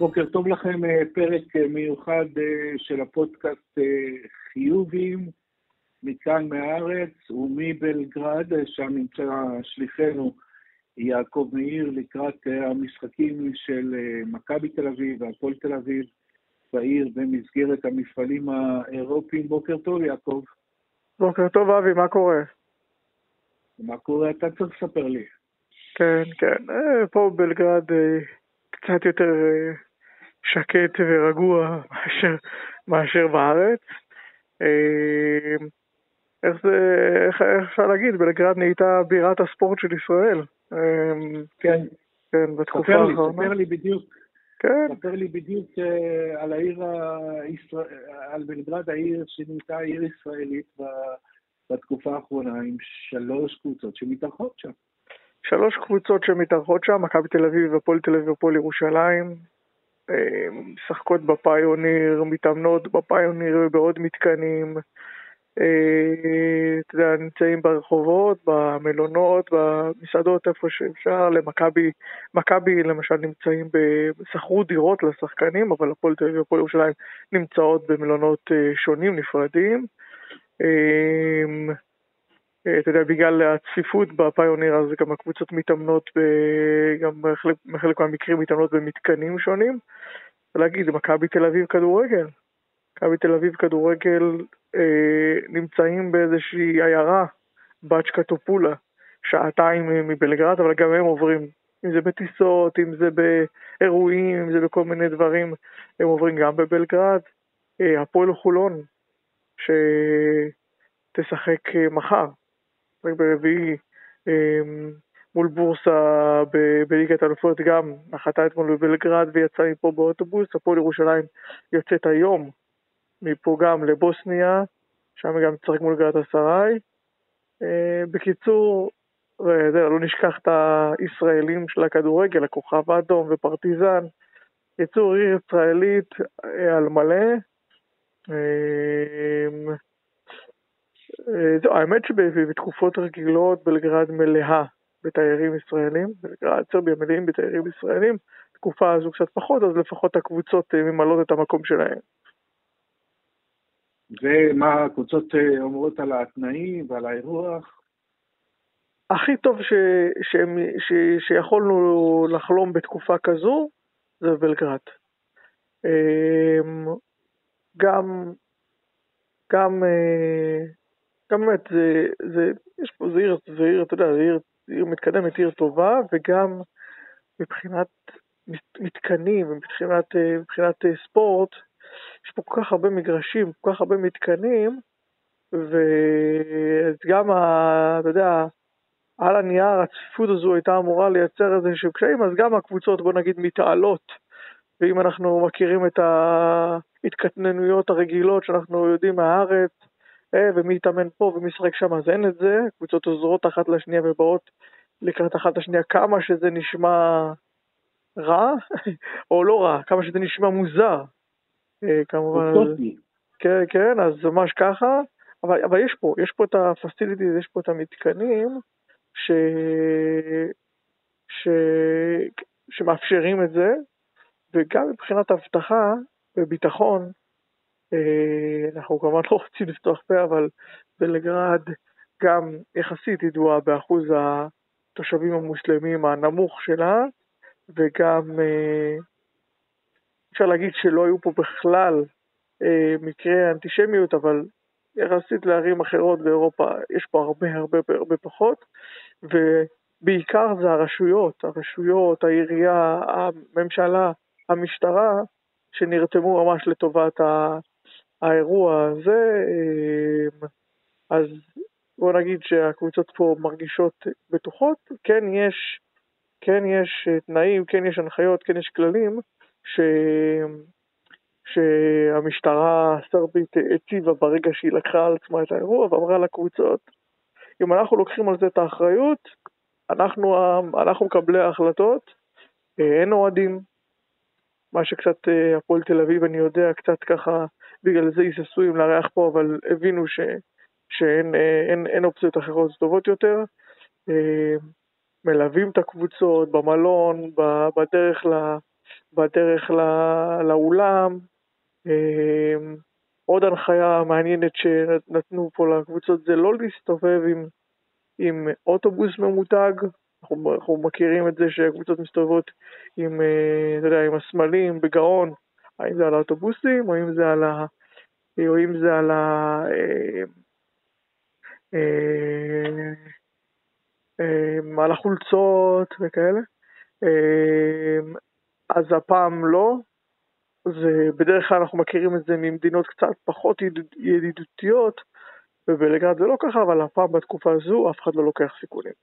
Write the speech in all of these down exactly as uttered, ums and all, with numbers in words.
בוקר טוב לכם, פרק מיוחד של הפודקאסט חיובים מכאן מהארץ ומבלגרד, שם נמצא שליחנו יעקב מאיר לקראת המשחקים של מכבי תל אביב והפועל תל אביב בעיר במסגרת המפעלים האירופיים. בוקר טוב יעקב. בוקר טוב אבי, מה קורה? מה קורה? אתה צריך לספר לי. כן, כן, פה בלגרד קצת יותר שקט ורגוע מאשר, מאשר בארץ. איך זה, איך, איך אפשר להגיד, בלגרד נהייתה בירת הספורט של ישראל. כן, כן, בתקופה ספר לי, האחרונה. ספר לי בדיוק. כן. ספר לי בדיוק uh, על העיר הישראל, על בלגרד, העיר שנהייתה עיר ישראלית בתקופה האחרונה, עם שלוש קבוצות שמתארחות שם. שלוש קבוצות שמתארחות שם, מכבי תל אביב והפועל תל אביב והפועל ירושלים, משחקות בפיוניר, מתאמנות בפיוניר ובעוד מתקנים, אתה יודע, נמצאים ברחובות, במלונות, במסעדות, איפה שאפשר. למכבי, מכבי למשל נמצאים, שכרו דירות לשחקנים, אבל הפועל תל אביב והפועל ירושלים נמצאות במלונות שונים, נפרדים. אתה יודע, בגלל הצפיפות בפיוניר, אז גם הקבוצות מתאמנות, גם בחלק מהמקרים מתאמנות במתקנים שונים. ולהגיד, מכבי תל אביב כדורגל. מכבי תל אביב כדורגל אה, נמצאים באיזושהי עיירה, בצ'קה טופולה, שעתיים מבלגרד, אבל גם הם עוברים, אם זה בטיסות, אם זה באירועים, אם זה בכל מיני דברים, הם עוברים גם בבלגרד. אה, הפועל חולון, שתשחק מחר, ברביעי, אה, מול בורסה בליגת האלופות, גם נחתה אתמול בבלגרד ויצאה מפה באוטובוס. הפועל ירושלים יוצאת היום מפה גם לבוסניה, שם גם צריך מול גלאטסראי. בקיצור, לא נשכח את הישראלים של הכדורגל, הכוכב האדום ופרטיזן. קיצור, עיר ישראלית על מלא. האמת שבתקופות רגילות בלגרד מלאה בתיירים ישראלים, בלגרד סרביה מלאים בתיירים ישראלים. תקופה הזו קצת פחות, אז לפחות הקבוצות ממלאות את המקום שלהם. ומה הקבוצות אומרות על התנאים ועל האירוח? הכי טוב ש, ש, ש, שיכולנו לחלום בתקופה כזו, זה בלגרד. גם, גם, גם באמת, זה, זה, יש פה, זה עיר, זה עיר, אתה יודע, זה עיר, זה עיר מתקדמת, עיר טובה, וגם מבחינת מתקנים, מבחינת, מבחינת ספורט, יש פה כל כך הרבה מגרשים, כל כך הרבה מתקנים, וגם, אתה יודע, על הנייר הצפיפות הזו הייתה אמורה לייצר איזשהו קשיים, אז גם הקבוצות, בוא נגיד, מתעלות, ואם אנחנו מכירים את ההתקטננויות הרגילות שאנחנו יודעים מהארץ, ומי יתאמן פה ומי ישחק שם, אז אין את זה. קבוצות עוזרות אחת לשנייה ובאות לקראת אחת לשנייה, כמה שזה נשמע רע, או לא רע, כמה שזה נשמע מוזר. כמובן, כן, כן, אז ממש ככה, אבל, אבל יש פה, יש פה את הפסיליטיז, יש פה את המתקנים, ש... ש... שמאפשרים את זה, וגם מבחינת הבטחה וביטחון, אנחנו כמובן לא רוצים לפתוח פה, אבל בלגרד גם יחסית ידועה באחוז התושבים המוסלמים הנמוך שלה, וגם אפשר להגיד שלא היו פה בכלל מקרי אנטישמיות, אבל יחסית לערים אחרות באירופה יש פה הרבה הרבה הרבה פחות, ובעיקר זה הרשויות, הרשויות, העירייה, הממשלה, המשטרה, שנרתמו ממש לטובת האירוע הזה. אז בוא נגיד שהקבוצות פה מרגישות בטוחות. כן יש, כן יש תנאים, כן יש הנחיות, כן יש כללים ש... שהמשטרה הסרבית הציבה ברגע שהיא לקחה על עצמה את האירוע, ואמרה לקבוצות, אם אנחנו לוקחים על זה את האחריות, אנחנו, אנחנו מקבלי ההחלטות, אין אוהדים. מה שקצת הפועל תל אביב, אני יודע, קצת ככה, בגלל זה היססו אם לארח פה, אבל הבינו ש, שאין אין, אין אופציות אחרות טובות יותר. מלווים את הקבוצות במלון, בדרך בדרך לא, לאולם. עוד הנחיה מעניינת שנתנו פה לקבוצות זה לא להסתובב עם, עם אוטובוס ממותג. אנחנו, אנחנו מכירים את זה שהקבוצות מסתובבות עם, אתה יודע, עם הסמלים בגאון, האם זה על האוטובוסים או אם זה על ה... או אם זה על ה... על החולצות וכאלה. אז הפעם לא. זה בדרך כלל אנחנו מכירים את זה ממדינות קצת פחות ידידותיות, ובלגרד זה לא ככה, אבל הפעם בתקופה הזו אף אחד לא לוקח סיכונים.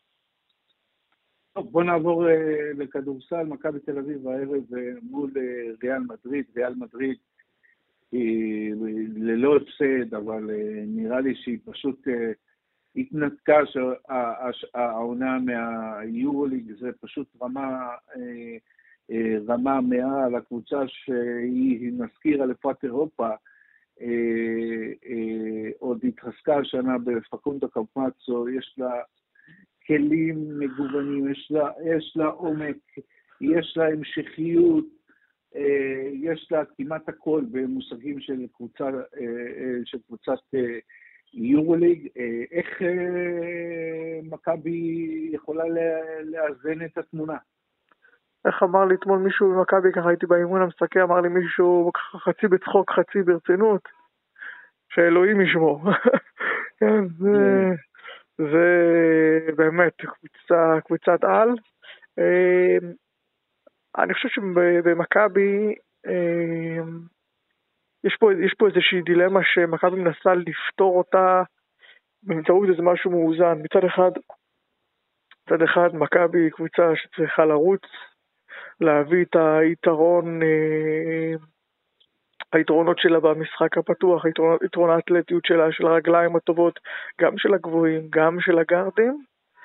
טוב, בוא נעבור uh, לכדורסל. מכבי תל אביב הערב uh, מול uh, ריאל מדריד. ריאל מדריד היא ללא הפסד, אבל uh, נראה לי שהיא פשוט uh, התנתקה שהעונה מהיורוליג. זה פשוט רמה uh, uh, רמה מעל הקבוצה שהיא נזכיר אלופת אירופה. Uh, uh, עוד התחזקה השנה בפקונדו קמפצו. יש לה כלים מגוונים, יש לה, יש לה עומק, יש לה המשכיות, יש לה כמעט הכל במושגים של קבוצה, של קבוצת יורוליג. איך מכבי יכולה לאזן את התמונה? איך אמר לי אתמול מישהו במכבי, ככה הייתי באימון המשחקי, אמר לי מישהו חצי בצחוק, חצי ברצינות, שאלוהים ישמור. כן, זה... זה באמת קבוצה, קבוצת על. אני חושב שבמכבי יש פה, יש פה איזושהי דילמה שמכבי מנסה לפתור אותה באמצעות איזה משהו מאוזן. מצד אחד, מצד אחד מכבי היא קבוצה שצריכה לרוץ, להביא את היתרון, היתרונות שלה במשחק הפתוח, היתרון, היתרון האתלטיות שלה, של הרגליים הטובות, גם של הגבוהים, גם של הגארדים.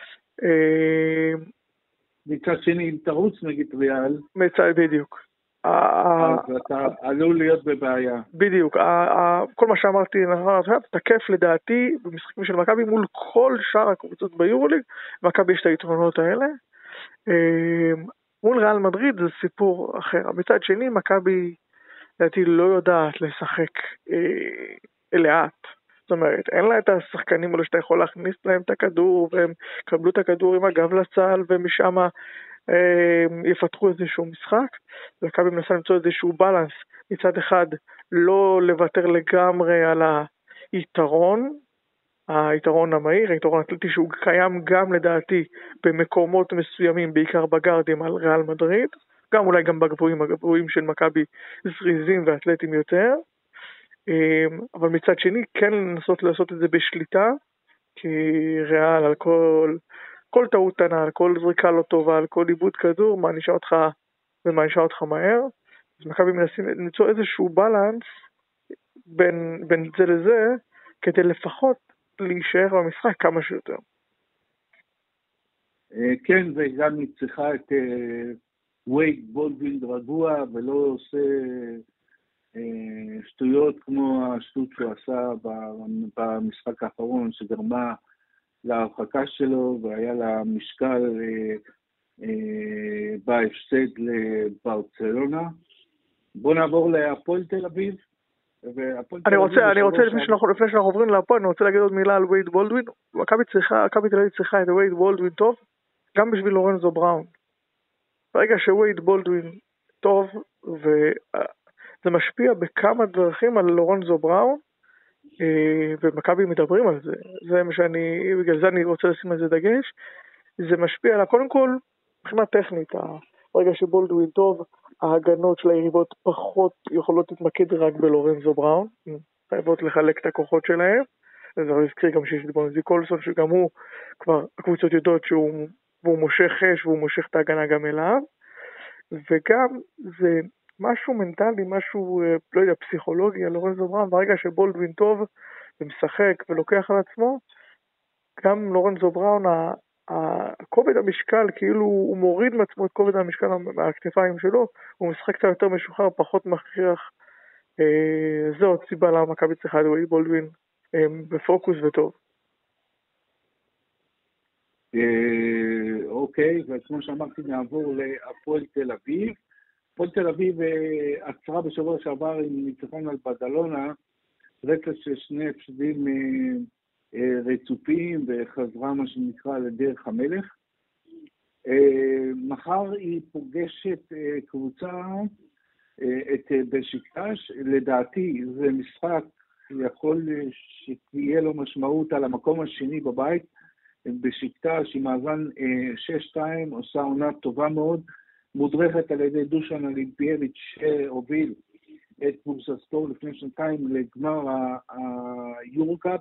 מצד שני, אם תרוץ נגיד ריאל, מצד, בדיוק. אז אתה עלול להיות בבעיה. בדיוק. כל מה שאמרתי, תקף לדעתי במשחקים של מכבי מול כל שאר הקבוצות ביורוליג, מכבי יש את היתרונות האלה. מול ריאל מדריד זה סיפור אחר. מצד שני, מכבי לדעתי לא יודעת לשחק אה, לאט. זאת אומרת, אין לה את השחקנים האלה שאתה יכול להכניס להם את הכדור, והם קבלו את הכדור עם הגב לצל, ומשם אה, יפתחו איזשהו משחק. מכבי מנסה למצוא איזשהו בלנס. מצד אחד, לא לוותר לגמרי על היתרון, היתרון המהיר, היתרון האתלטי שהוא קיים גם לדעתי במקומות מסוימים, בעיקר בגארדים על ריאל מדריד, גם אולי גם בגבוהים, הגבוהים של מכבי זריזים ואתלטים יותר, אבל מצד שני כן לנסות לעשות את זה בשליטה, כי ריאל על כל, כל טעות קטנה, על כל זריקה לא טובה, על כל איבוד כדור, מענישה אותך ומענישה אותך מהר. אז מכבי מנסים למצוא איזשהו בלנס בין, בין זה לזה, כדי לפחות להישאר במשחק כמה שיותר. כן, וגם היא צריכה את וייד בולדווין רגוע, ולא עושה שטויות כמו השטות שהוא עשה במשחק האחרון, שגרמה להרחקה שלו, והיה לה משקל בהפסד לברצלונה. בוא נעבור להפועל תל אביב. אני רוצה, אני רוצה, לפני שאנחנו עוברים להפועל, אני רוצה להגיד עוד מילה על וייד בולדווין. מכבי צריכה, מכבי תל אביב צריכה את וייד בולדווין טוב, גם בשביל לורנזו בראון. ברגע שווייד בולדווין טוב, וזה משפיע בכמה דרכים על לורנזו בראון, ומכבי מדברים על זה. זה מה שאני, בגלל זה אני רוצה לשים על זה דגש. זה משפיע עליו, קודם כל, מבחינה טכנית, ברגע שבולדווין טוב, ההגנות של היריבות פחות יכולות להתמקד רק בלורנזו בראון, חייבות לחלק את הכוחות שלהם. אז אני אזכיר גם שיש את בונזי קולסון, שגם הוא, כבר הקבוצות יודעות שהוא והוא מושך חש והוא מושך את ההגנה גם אליו, וגם זה משהו מנטלי, משהו, לא יודע, פסיכולוגי, לורנזו בראון, ברגע שבולדווין טוב ומשחק ולוקח על עצמו, גם לורנזו בראון, הכובד המשקל, כאילו הוא מוריד מעצמו את כובד המשקל מהכתפיים שלו, הוא משחק קצת יותר משוחרר, פחות מכריח. זו עוד סיבה למה מכבי צריכה את וייד בולדווין בפוקוס וטוב. אוקיי, וכמו שאמרתי, נעבור להפועל תל אביב. הפועל תל אביב עצרה בשבוע שעבר עם ניצחון על בדלונה, רצף של שני הפסדים רצופים, וחזרה מה שנקרא לדרך המלך. מחר היא פוגשת קבוצה, את בשיקטש. לדעתי זה משחק יכול שתהיה לו משמעות על המקום השני בבית. בשיקטש עם מאזן שש שתיים, עושה עונה טובה מאוד, מודרכת על ידי דושן אולימפייביץ' שהוביל את בורסספור לפני שנתיים לגמר היורו-קאפ.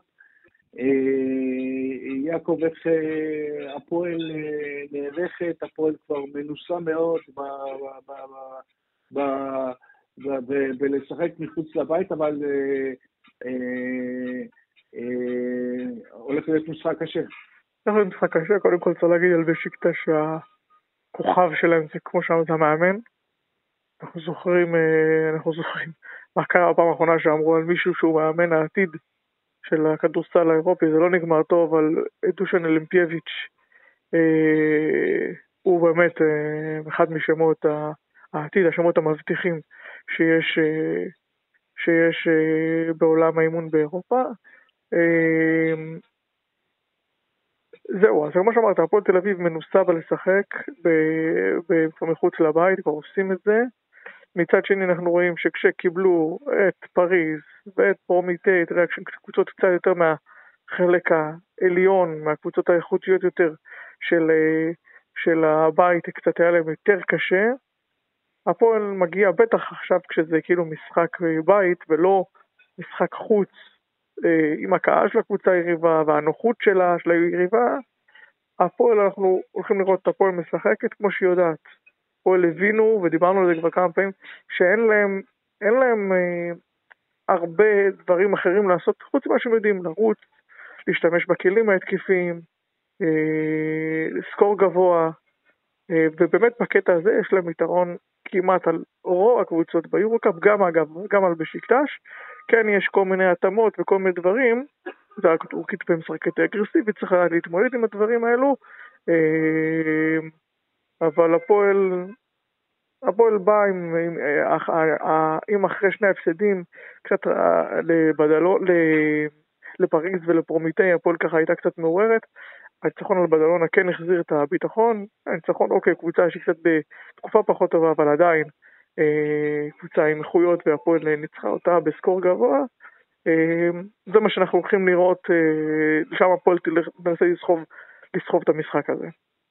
יעקב, איך הפועל נערכת? הפועל כבר מנוסה מאוד בלשחק מחוץ לבית, אבל הולך להיות משחק קשה. הולך להיות משחק קשה. קודם כל צריך להגיד על בשיקטש שהכוכב שלהם זה כמו שאמרת המאמן. אנחנו זוכרים, אנחנו זוכרים מה קרה בפעם האחרונה שאמרו על מישהו שהוא מאמן העתיד של הכדורסל האירופי. זה לא נגמר טוב, אבל דושן אולימפייביץ' אה, הוא באמת אה, אחד משמות העתיד, השמות המבטיחים שיש, אה, שיש אה, בעולם האימון באירופה. אה, זהו, אז כמו שאמרת, הפועל תל אביב מנוסה בלשחק מחוץ לבית, כבר עושים את זה. מצד שני אנחנו רואים שכשקיבלו את פריז ואת פרומיטי, את קבוצות קצת יותר מהחלק העליון, מהקבוצות האיכותיות יותר של, של הבית, קצת היה להם יותר קשה. הפועל מגיע בטח עכשיו כשזה כאילו משחק בית ולא משחק חוץ, עם הקהל של הקבוצה היריבה והנוחות שלה, של היריבה. הפועל, אנחנו הולכים לראות את הפועל משחקת כמו שהיא יודעת. הפועל הבינו, ודיברנו על זה כבר כמה פעמים, שאין להם, אין להם אה, הרבה דברים אחרים לעשות, חוץ ממה שהם יודעים, לרוץ, להשתמש בכלים ההתקפיים, אה, לסקור גבוה, אה, ובאמת בקטע הזה יש להם יתרון כמעט על רוב הקבוצות ביורוקאפ, גם אגב, גם על בשיקטש. כן, יש כל מיני התאמות וכל מיני דברים, זה רק טורקית במשחקת אגרסיבית, צריך להתמודד עם הדברים האלו, אה, אבל הפועל, הפועל בא עם, עם, עם אחרי שני הפסדים, קצת לבדלו, לפריז ולפרומיטי, הפועל ככה הייתה קצת מעוררת. הניצחון על בדלונה כן החזיר את הביטחון, הניצחון אוקיי, קבוצה שקצת בתקופה פחות טובה, אבל עדיין אה, קבוצה עם איכויות, והפועל ניצחה אותה בסקור גבוה. אה, זה מה שאנחנו הולכים לראות, אה, שם הפועל תנסה לסחוב, לסחוב את המשחק הזה.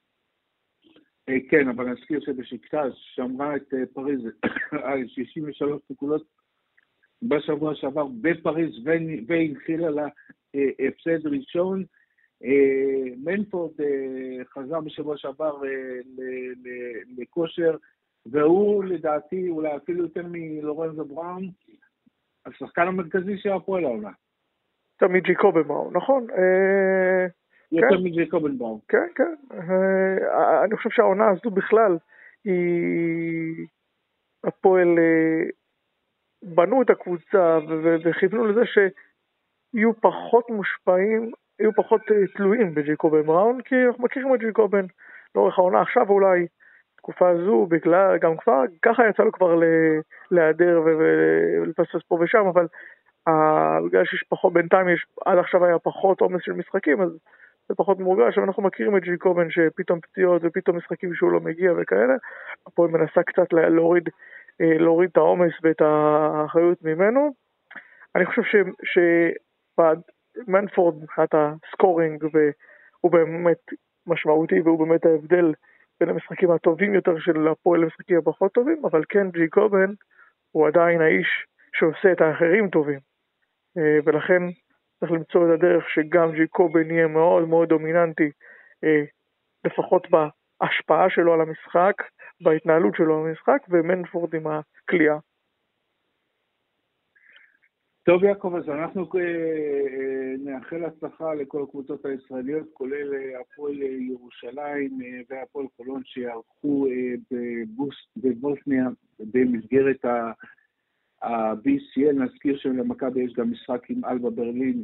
כן, אבל נזכיר שבשיקטש שמרה את פריז על שישים ושלוש נקודות בשבוע שעבר בפריז, והנחילה לה הפסד ראשון. מנפורד חזר בשבוע שעבר לכושר, והוא לדעתי אולי אפילו יותר מלורנזו בראון, השחקן המרכזי של הפועל העונה. יותר מג'יקובן בראון, נכון? יותר מג'יקובן בראון. כן, כן. אני חושב שהעונה הזו בכלל, היא הפועל בנו את הקבוצה וכיוונו לזה שיהיו פחות מושפעים, יהיו פחות תלויים בג'יקובן בראון, כי אנחנו מכירים את ג'יקובן לאורך העונה. עכשיו אולי תקופה הזו, בגלל, גם כבר, ככה יצא לו כבר להיעדר ולפספס פה ושם, אבל בגלל שיש פחות, בינתיים יש, עד עכשיו היה פחות עומס של משחקים, אז זה פחות מורגש. אבל אנחנו מכירים את ג'יקובן שפתאום פציעות ופתאום משחקים שהוא לא מגיע וכאלה. הפועל מנסה קצת להוריד, להוריד את העומס ואת האחריות ממנו. אני חושב ש, שמנפורד מבחינת הסקורינג הוא באמת משמעותי, והוא באמת ההבדל בין המשחקים הטובים יותר של הפועל למשחקים הפחות טובים, אבל כן ג'יקובן הוא עדיין האיש שעושה את האחרים טובים, ולכן צריך למצוא את הדרך שגם ג'יקובן יהיה מאוד מאוד דומיננטי, לפחות בהשפעה שלו על המשחק, בהתנהלות שלו על המשחק, ומנפורד עם הקליעה. טוב יעקב, אז אנחנו נאחל הצלחה לכל הקבוצות הישראליות, כולל הפועל ירושלים והפועל חולון שיערכו בבוסניה במסגרת ה-בי סי אל. נזכיר שלמכבי יש גם משחק עם אלבה ברלין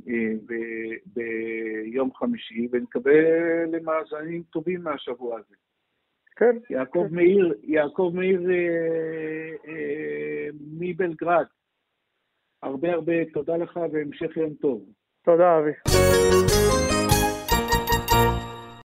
ביום חמישי, ונקבל למאזנים טובים מהשבוע הזה. כן. יעקב כן. מאיר, יעקב מאיר אה, אה, מבלגרד. הרבה הרבה תודה לך והמשך יום טוב. תודה, אבי.